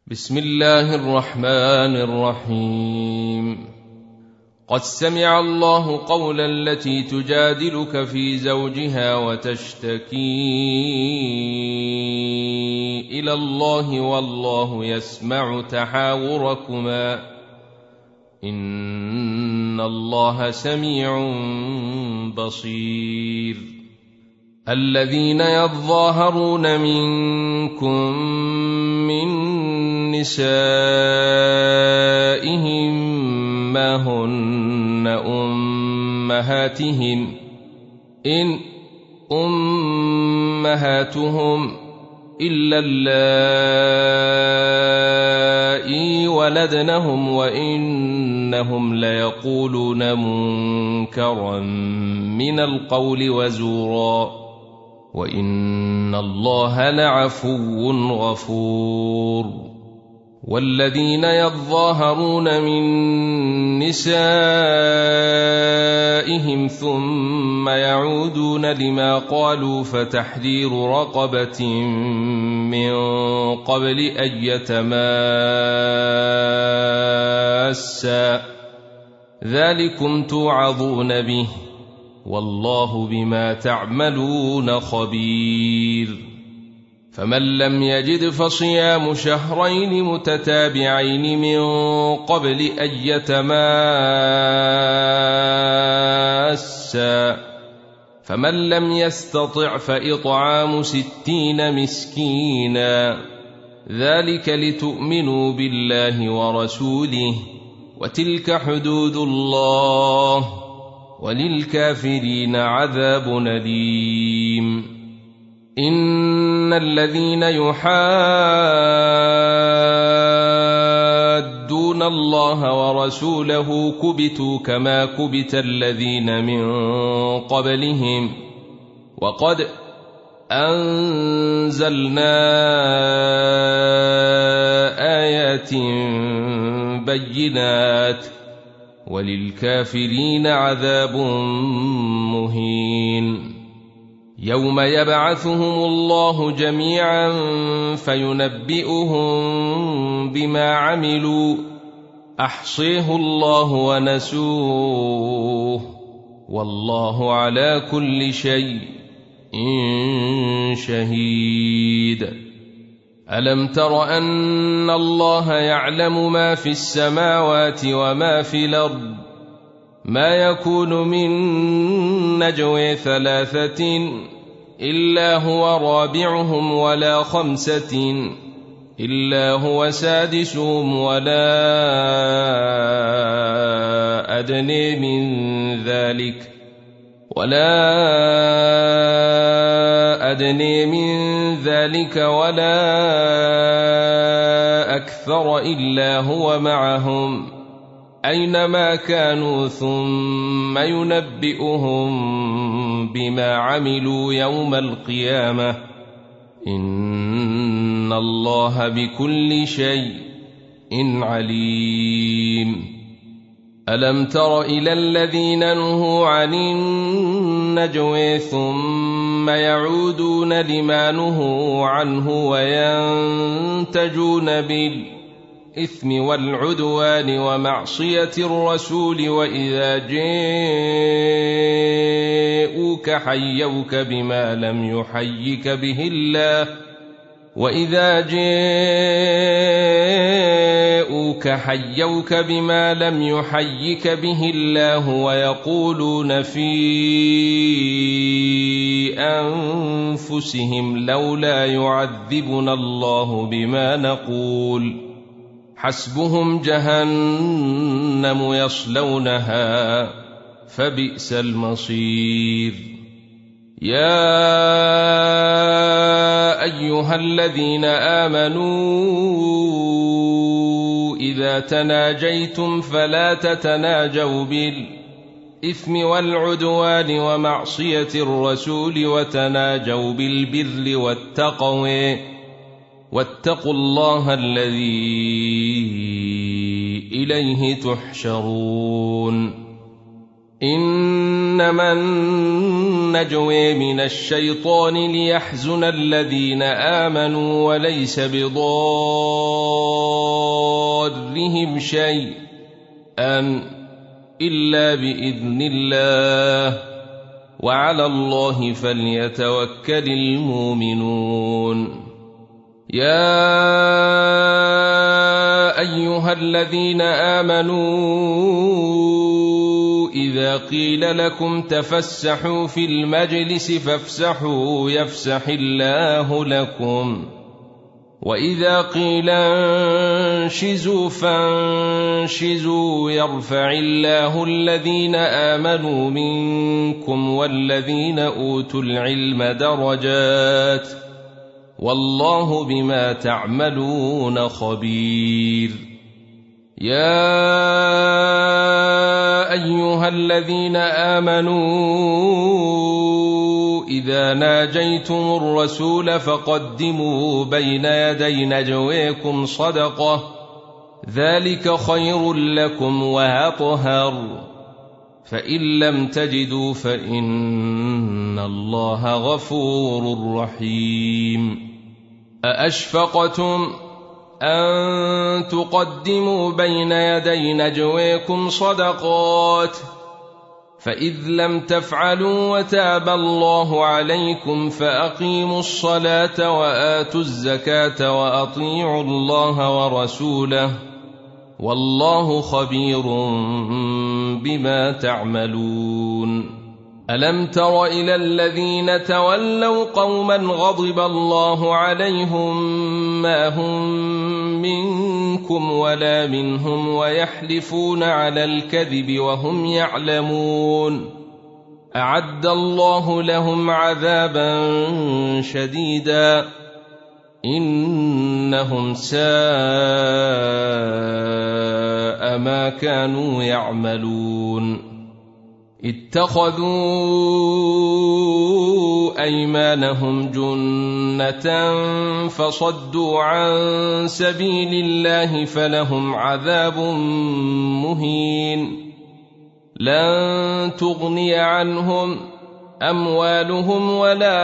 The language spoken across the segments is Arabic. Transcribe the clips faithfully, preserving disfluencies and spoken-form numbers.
بسم الله الرحمن الرحيم. قد سمع الله قول التي تجادلك في زوجها وتشتكي إلى الله والله يسمع تحاوركما إن الله سميع بصير. الذين يظاهرون منكم من نسائهم ما هن أمهاتهم إن أمهاتهم إلا اللائي ولدنهم وإنهم ليقولون منكرا من القول وزورا وإن الله لعفو غفور. والذين يظاهرون من نسائهم ثم يعودون لما قالوا فتحرير رقبة من قبل أن يتماسا ذلكم توعظون به والله بما تعملون خبير. فمن لم يجد فصيام شهرين متتابعين من قبل أن يتماسا فمن لم يستطع فإطعام ستين مسكينا ذلك لتؤمنوا بالله ورسوله وتلك حدود الله وللكافرين عذاب أليم. إن الذين يحادون الله ورسوله كبتوا كما كبت الذين من قبلهم وقد أنزلنا آيات بينات وللكافرين عذاب مهين. يوم يبعثهم الله جميعا فينبئهم بما عملوا أحصيه الله ونسوه والله على كل شيء شهيد. ألم تر أن الله يعلم ما في السماوات وما في الأرض ما يكون من نجوى ثلاثة إلا هو رابعهم ولا خمسة إلا هو سادسهم ولا أدنى من ذلك ولا أدنى من ذلك ولا أكثر إلا هو معهم أينما كانوا ثم ينبئهم بما عملوا يوم القيامة إن الله بكل شيء عليم. ألم تر إلى الذين نهوا عن النجوى ثم يعودون لما نهوا عنه وينتجون بالإثم والعدوان ومعصية الرسول وإذا جاءوك حيوك بما لم يحيك به الله وإذا جاءوك حيوك بما لم يحيك به الله ويقولون في أنفسهم لولا يعذبنا الله بما نقول حسبهم جهنم يصلونها فبئس المصير. يا أيها الذين آمنوا إذا تناجيتم فلا تتناجوا بالإثم والعدوان ومعصية الرسول وتناجوا بالبر والتقوى واتقوا الله الذي إليه تحشرون. إنما النجوى من الشيطان ليحزن الذين آمنوا وليس بضار فيهم شيئا إلا بإذن الله وعلى الله فليتوكل المؤمنون. يا أيها الذين آمنوا إذا قيل لكم تفسحوا في المجلس فافسحوا يفسح الله لكم، وإذا قيل انشزوا فانشزوا يرفع الله الذين آمنوا منكم والذين أوتوا العلم درجات والله بما تعملون خبير. يا أيها الذين آمنوا إذا ناجيتم الرسول فقدموا بين يدي نجويكم صدقة ذلك خير لكم وأطهر، فإن لم تجدوا فإن الله غفور رحيم. أأشفقتم أن تقدموا بين يدي نجويكم صدقات فإذ لم تفعلوا وتاب الله عليكم فأقيموا الصلاة وآتوا الزكاة وأطيعوا الله ورسوله والله خبير بما تعملون. ألم تر إلى الذين تولوا قوما غضب الله عليهم ما هم منكم ولا منهم ويحلفون على الكذب وهم يعلمون أعد الله لهم عذابا شديدا إنهم ساء ما كانوا يعملون. اتخذوا أيمانهم جنة فصدوا عن سبيل الله فلهم عذاب مهين. لن تغني عنهم أموالهم ولا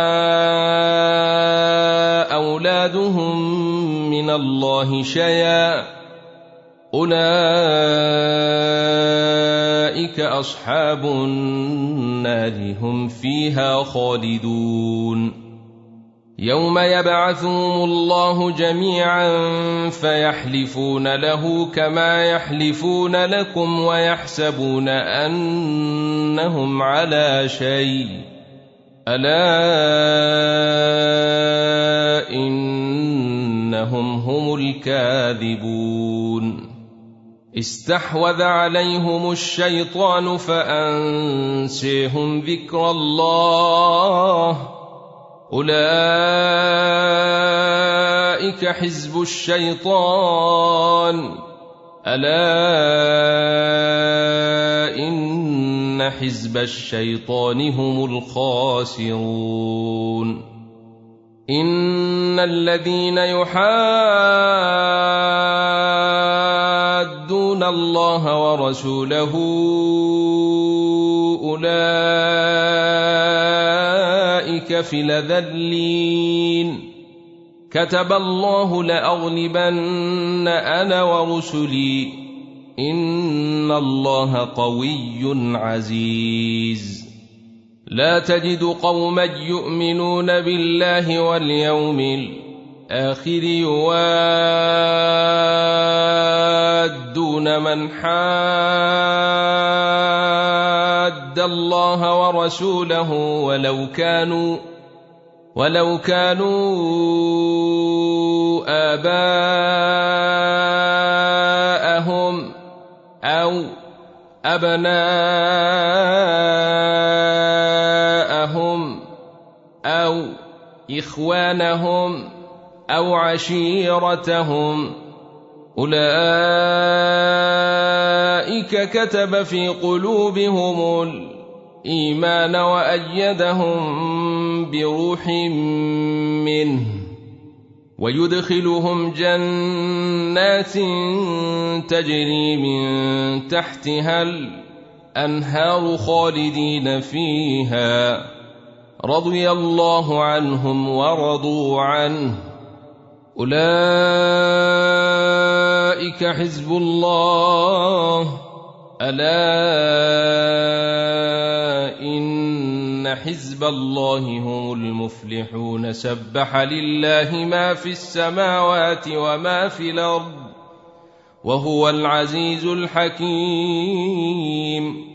أولادهم من الله شيئا أولئك أصحاب النار هم فيها خالدون. يوم يبعثهم الله جميعا فيحلفون له كما يحلفون لكم ويحسبون أنهم على شيء ألا إنهم هم الكاذبون. استحوذ عليهم الشيطان فأنسيهم ذكر الله أولئك حزب الشيطان ألا إن حزب الشيطان هم الخاسرون. إن الذين يحادون الله ورسوله أولئك في الأذلين كتب الله لأغلبن أنا ورسلي إن الله قوي عزيز. لا تجد قوما يؤمنون بالله واليوم الآخر يوادون من حاد الله ورسوله ولو كانوا ولو كانوا آباءهم أو أبناءهم أو إخوانهم أو عشيرتهم أولئك كتب في قلوبهم الإيمان وأيدهم بروح منه ويدخلهم جنات تجري من تحتها الأنهار خالدين فيها رضي الله عنهم ورضوا عنه أولئك أولئك حزب الله ألا إن حزب الله هم المفلحون سبح لله ما في السماوات وما في الأرض وهو العزيز الحكيم